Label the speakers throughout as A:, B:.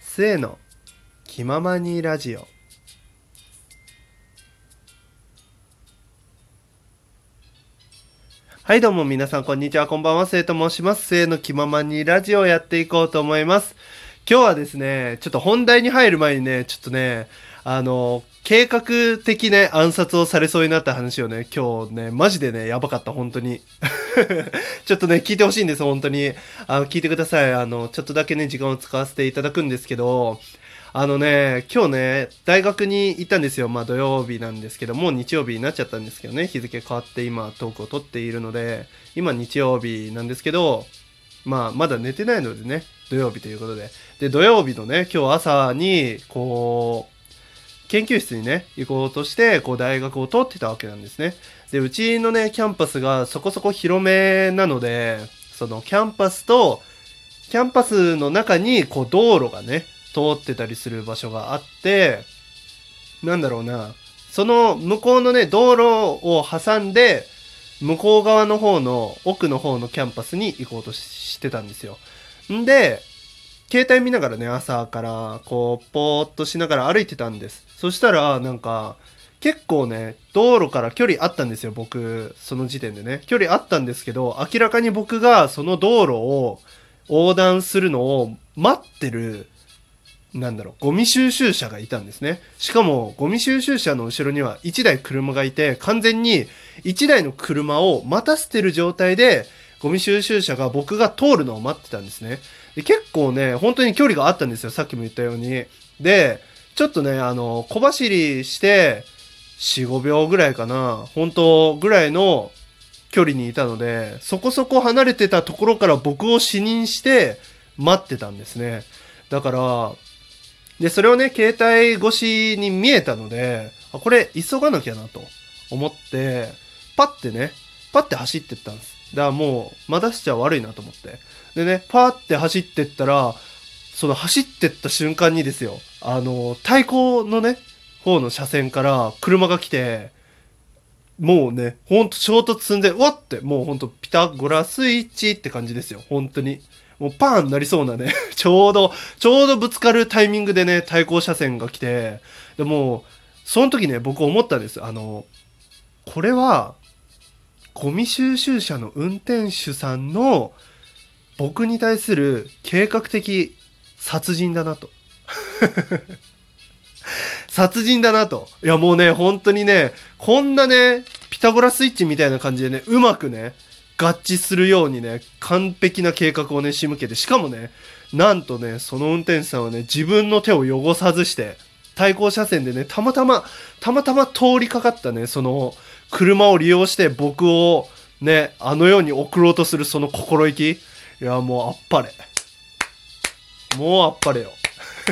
A: 末の気ままにラジオ。はいどうも皆さんこんにちは、こんばんは。末と申します。末の気ままにラジオをやっていこうと思います。今日はですね、ちょっと本題に入る前にね、ちょっとね、計画的ね、暗殺をされそうになった話をね、今日ね、マジでね、やばかった、本当に。ちょっとね、聞いてほしいんです、本当に。聞いてください。ちょっとだけね、時間を使わせていただくんですけど、今日ね、大学に行ったんですよ。まあ土曜日なんですけども、日曜日になっちゃったんですけどね、日付変わって今トークを取っているので、今日曜日なんですけど、まあまだ寝てないのでね、土曜日ということで。で、土曜日のね、今日朝に、研究室にね、行こうとして、大学を通ってたわけなんですね。で、うちのね、キャンパスがそこそこ広めなので、そのキャンパスの中に、道路がね、通ってたりする場所があって、なんだろうな、その向こうのね、道路を挟んで、向こう側の方の奥の方のキャンパスに行こうとしてたんですよ。んで、携帯見ながらね、朝からぽーっとしながら歩いてたんです。そしたら、なんか、結構ね、道路から距離あったんですよ、僕、その時点でね。距離あったんですけど、明らかに僕がその道路を横断するのを待ってる、ゴミ収集車がいたんですね。しかも、ゴミ収集車の後ろには1台車がいて、完全に1台の車を待たせてる状態で、ゴミ収集車が僕が通るのを待ってたんですね。で結構ね、本当に距離があったんですよ。さっきも言ったように。で、ちょっとね、小走りして、4、5秒ぐらいかな。本当ぐらいの距離にいたので、そこそこ離れてたところから僕を視認して待ってたんですね。だから、で、それをね、携帯越しに見えたので、これ急がなきゃなと思って、パッて走ってったんです。だからもう、待たせちゃ悪いなと思って。でね、パーって走ってったら、その走ってった瞬間にですよ、対向のね、方の車線から車が来て、もうね、ほんと衝突寸前、うわって、もうほんとピタゴラスイッチって感じですよ、本当に。もうパーンなりそうなね、ちょうどぶつかるタイミングでね、対向車線が来て、でも、その時ね、僕思ったんです。これは、ゴミ収集車の運転手さんの僕に対する計画的殺人だなと。殺人だなと。いやもうね、本当にね、こんなね、ピタゴラスイッチみたいな感じでね、うまくね、合致するようにね、完璧な計画をね、仕向けて、しかもね、なんとね、その運転手さんはね、自分の手を汚さずして、対向車線でね、たまたま通りかかったね、その、車を利用して僕をね、あの世に送ろうとするその心意気。いや、もうあっぱれ。もうあっぱれよ。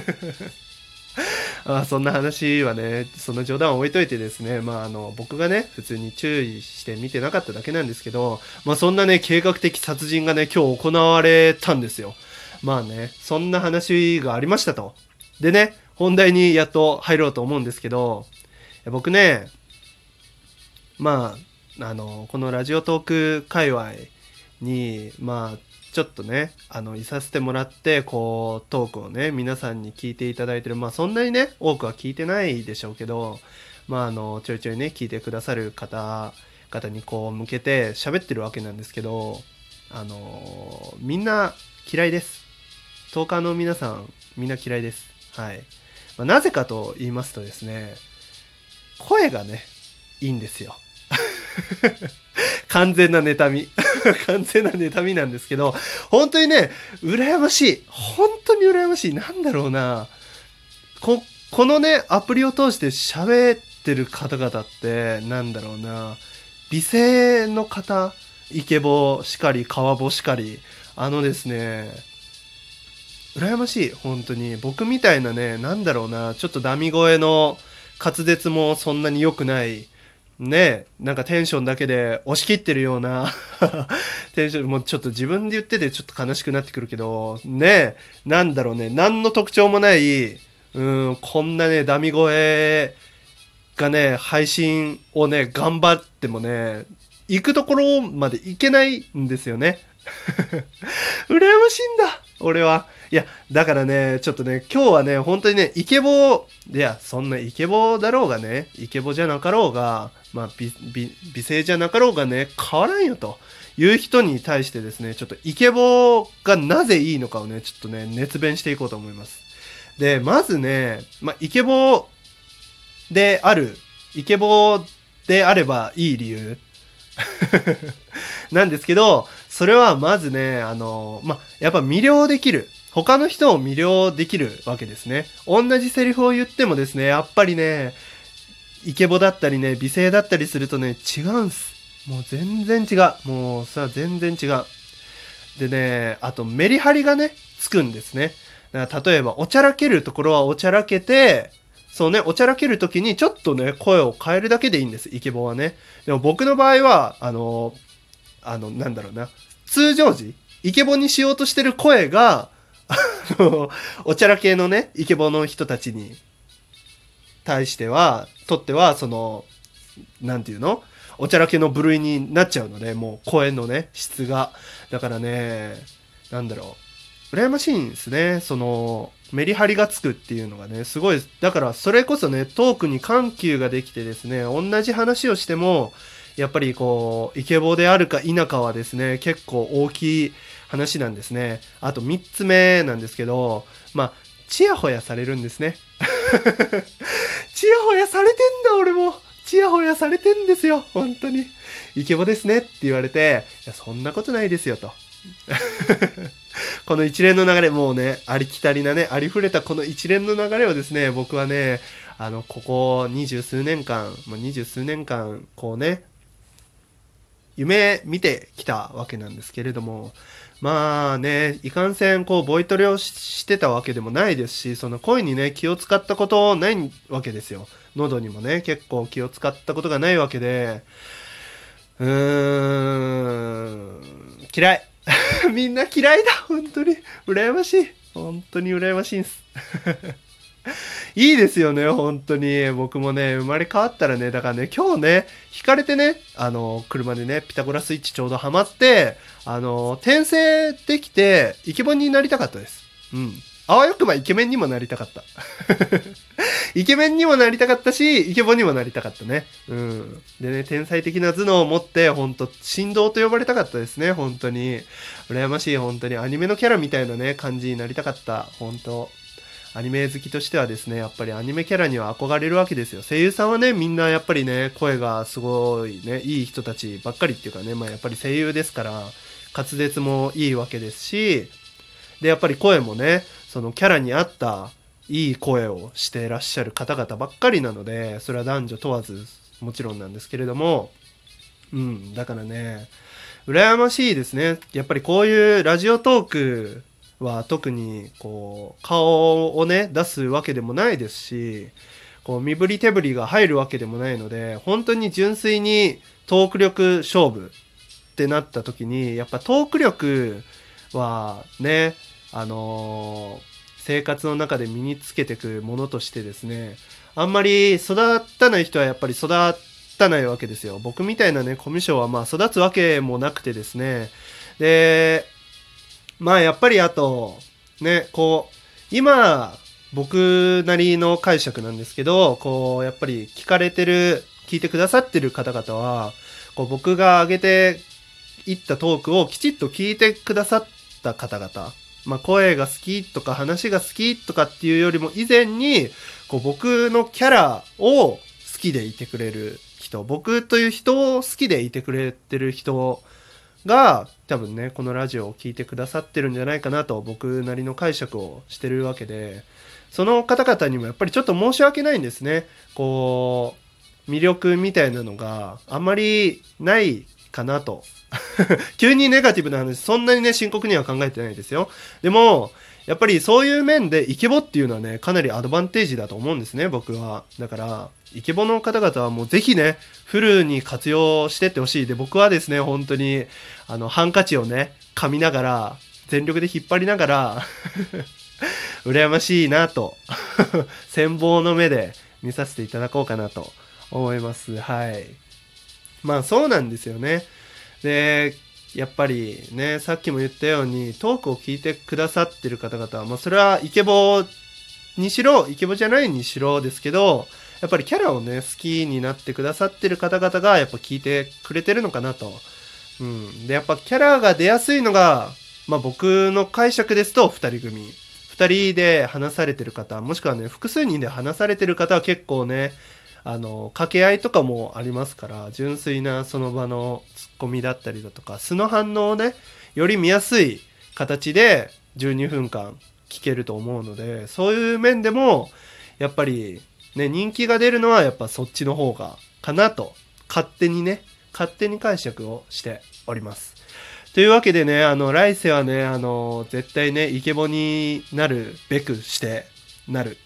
A: そんな話はね、その冗談を置いといてですね、僕がね、普通に注意して見てなかっただけなんですけど、そんなね、計画的殺人がね、今日行われたんですよ。まあね、そんな話がありましたと。でね、本題にやっと入ろうと思うんですけど、僕ね、このラジオトーク界隈に、ちょっとね、いさせてもらって、トークをね、皆さんに聞いていただいてる、そんなにね、多くは聞いてないでしょうけど、ちょいちょいね、聞いてくださる方々に向けて喋ってるわけなんですけど、みんな嫌いです。トーカーの皆さん、みんな嫌いです。はい。なぜかと言いますとですね、声がね、いいんですよ。完全な妬み。完全な妬みなんですけど、本当にね、羨ましい。本当に羨ましい。なんだろうな。このね、アプリを通して喋ってる方々って、なんだろうな。美声の方、イケボしかり、川ボしかり、ですね、羨ましい。本当に。僕みたいなね、なんだろうな。ちょっとダミ声の滑舌もそんなに良くない、ね、なんかテンションだけで押し切ってるようなテンション、もうちょっと自分で言っててちょっと悲しくなってくるけど、ね、なんだろうね、何の特徴もない、こんなね、ダミ声がね、配信をね、頑張ってもね、行くところまで行けないんですよね。羨ましいんだ、俺は。 いや、だからね、ちょっとね、今日はね、本当にね、イケボ、いや、そんなイケボだろうがね、イケボじゃなかろうが、まあ、美声じゃなかろうがね、変わらんよという人に対してですね、ちょっとイケボがなぜいいのかをね、ちょっとね、熱弁していこうと思います。で、まずね、まあ、イケボである、イケボであればいい理由なんですけど、それはまずね、やっぱ魅了できる。他の人を魅了できるわけですね。同じセリフを言ってもですね、やっぱりね、イケボだったりね、美声だったりするとね、違うんす。もう全然違う。もうさ、全然違う。でね、あとメリハリがね、つくんですね。だから例えば、おちゃらけるところはおちゃらけて、そうね、おちゃらけるときにちょっとね、声を変えるだけでいいんです、イケボはね。でも僕の場合は、なんだろうな、通常時、イケボにしようとしてる声が、おちゃらけのね、イケボの人たちに対しては、とっては、なんていうのおちゃらけの部類になっちゃうので、もう声のね、質が。だからね、なんだろう。羨ましいんですね。メリハリがつくっていうのがね、すごい。だから、それこそね、トークに緩急ができてですね、同じ話をしても、やっぱりこう、イケボであるか否かはですね、結構大きい話なんですね。あと3つ目なんですけど、まあ、チヤホヤされるんですね。チヤホヤされてんだ、俺も。チヤホヤされてんですよ、本当に。イケボですねって言われて、いや、そんなことないですよと。この一連の流れ、もうね、ありきたりなね、ありふれたこの一連の流れをですね、僕はね、ここ二十数年間、こうね、夢見てきたわけなんですけれども、まあね、いかんせん、こう、ボイトレをしてたわけでもないですし、その声にね、気を使ったことないわけですよ。喉にもね、結構気を使ったことがないわけで、嫌い。みんな嫌いだ、本当に。羨ましい。本当に羨ましいんす。いいですよね、本当に。僕もね、生まれ変わったらね、だからね、今日ね、引かれてね、車でね、ピタゴラスイッチちょうどハマって、転生できて、イケボンになりたかったです。うん。あわよくばイケメンにもなりたかった。イケメンにもなりたかったし、イケボンにもなりたかったね。うん。でね、天才的な頭脳を持って、ほんと、神童と呼ばれたかったですね、本当に。羨ましい、本当に。アニメのキャラみたいなね、感じになりたかった。本当。アニメ好きとしてはですね、やっぱりアニメキャラには憧れるわけですよ。声優さんはね、みんなやっぱりね、声がすごいね、いい人たちばっかりっていうかね、まあやっぱり声優ですから、滑舌もいいわけですし、で、やっぱり声もね、そのキャラに合ったいい声をしていらっしゃる方々ばっかりなので、それは男女問わずもちろんなんですけれども、うん、だからね、羨ましいですね。やっぱりこういうラジオトークは特にこう顔をね出すわけでもないですし、こう身振り手振りが入るわけでもないので、本当に純粋にトーク力勝負ってなった時に、やっぱトーク力はね、生活の中で身につけていくものとしてですね、あんまり育たない人はやっぱり育たないわけですよ。僕みたいなね、コミュ障はまあ育つわけもなくてですね。で、まあやっぱりあと、ね、こう、今、僕なりの解釈なんですけど、こう、やっぱり聞いてくださってる方々は、こう僕が上げていったトークをきちっと聞いてくださった方々、まあ声が好きとか話が好きとかっていうよりも以前に、こう僕のキャラを好きでいてくれる人、僕という人を好きでいてくれてる人が多分ね、このラジオを聞いてくださってるんじゃないかなと僕なりの解釈をしてるわけで、その方々にもやっぱりちょっと申し訳ないんですね。こう、魅力みたいなのがあんまりないかなと。急にネガティブな話、そんなにね、深刻には考えてないですよ。でも、やっぱりそういう面でイケボっていうのはね、かなりアドバンテージだと思うんですね、僕は。だから、イケボの方々はもうぜひね、フルに活用してってほしい。で、僕はですね、本当に、ハンカチをね、噛みながら、全力で引っ張りながら、羨ましいなと、羨望の目で見させていただこうかなと思います。はい。まあそうなんですよね。で、 やっぱりね、さっきも言ったように、トークを聞いてくださってる方々は、まあそれはイケボにしろ、イケボじゃないにしろですけど、やっぱりキャラをね、好きになってくださってる方々が、やっぱ聞いてくれてるのかなと。うん。で、やっぱキャラが出やすいのが、まあ僕の解釈ですと、二人組。二人で話されてる方、もしくはね、複数人で話されてる方は結構ね、掛け合いとかもありますから、純粋なその場のツッコミだったりだとか、素の反応をね、より見やすい形で12分間聞けると思うので、そういう面でも、やっぱりね、人気が出るのはやっぱそっちの方が、かなと、勝手に解釈をしております。というわけでね、来世はね、絶対ね、イケボになるべくしてなる。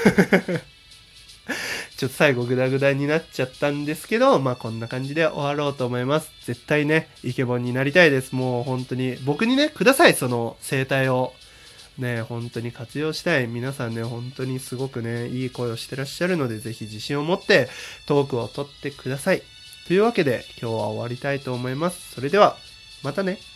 A: ちょっと最後グダグダになっちゃったんですけど、まあこんな感じで終わろうと思います。絶対ね、イケボになりたいです。もう本当に、僕にね、ください、その声帯を。ね、本当に活用したい。皆さんね、本当にすごくね、いい声をしてらっしゃるので、ぜひ自信を持ってトークを取ってください。というわけで、今日は終わりたいと思います。それでは、またね。